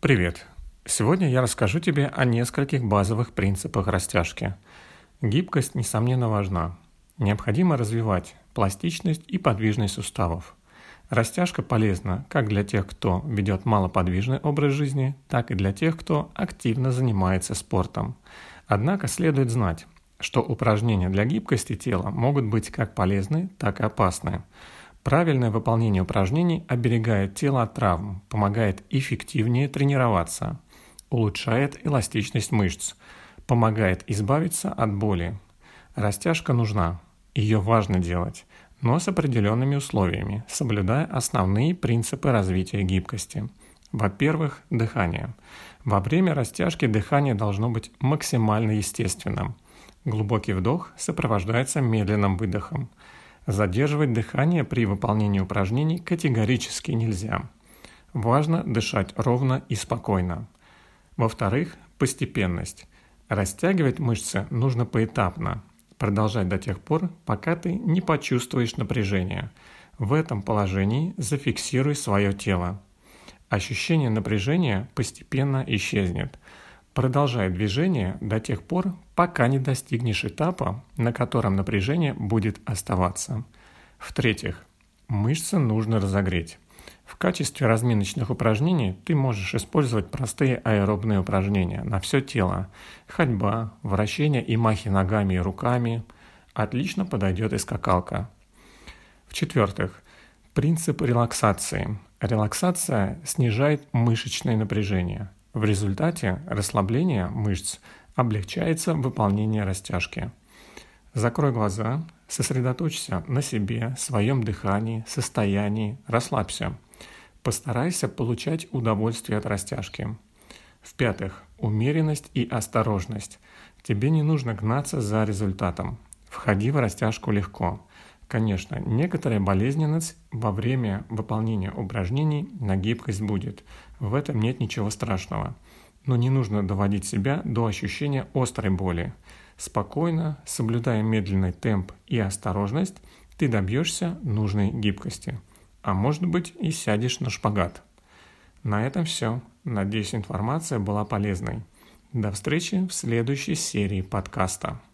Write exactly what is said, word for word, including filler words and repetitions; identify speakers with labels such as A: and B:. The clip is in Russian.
A: Привет! Сегодня я расскажу тебе о нескольких базовых принципах растяжки. Гибкость, несомненно, важна. Необходимо развивать пластичность и подвижность суставов. Растяжка полезна как для тех, кто ведет малоподвижный образ жизни, так и для тех, кто активно занимается спортом. Однако следует знать, что упражнения для гибкости тела могут быть как полезны, так и опасны. Правильное выполнение упражнений оберегает тело от травм, помогает эффективнее тренироваться, улучшает эластичность мышц, помогает избавиться от боли. Растяжка нужна, ее важно делать, но с определенными условиями, соблюдая основные принципы развития гибкости. Во-первых, дыхание. Во время растяжки дыхание должно быть максимально естественным. Глубокий вдох сопровождается медленным выдохом. Задерживать дыхание при выполнении упражнений категорически нельзя. Важно дышать ровно и спокойно. Во-вторых, постепенность. Растягивать мышцы нужно поэтапно. Продолжать до тех пор, пока ты не почувствуешь напряжения. В этом положении зафиксируй свое тело. Ощущение напряжения постепенно исчезнет. Продолжай движение до тех пор, пока не достигнешь этапа, на котором напряжение будет оставаться. В-третьих, мышцы нужно разогреть. В качестве разминочных упражнений ты можешь использовать простые аэробные упражнения на все тело. Ходьба, вращение и махи ногами и руками. Отлично подойдет и скакалка. В-четвертых, принцип релаксации. Релаксация снижает мышечное напряжение. В результате расслабления мышц облегчается выполнение растяжки. Закрой глаза, сосредоточься на себе, своем дыхании, состоянии, расслабься. Постарайся получать удовольствие от растяжки. В-пятых, умеренность и осторожность. Тебе не нужно гнаться за результатом. Входи в растяжку легко. Конечно, некоторая болезненность во время выполнения упражнений на гибкость будет. В этом нет ничего страшного. Но не нужно доводить себя до ощущения острой боли. Спокойно, соблюдая медленный темп и осторожность, ты добьешься нужной гибкости. А может быть, и сядешь на шпагат. На этом все. Надеюсь, информация была полезной. До встречи в следующей серии подкаста.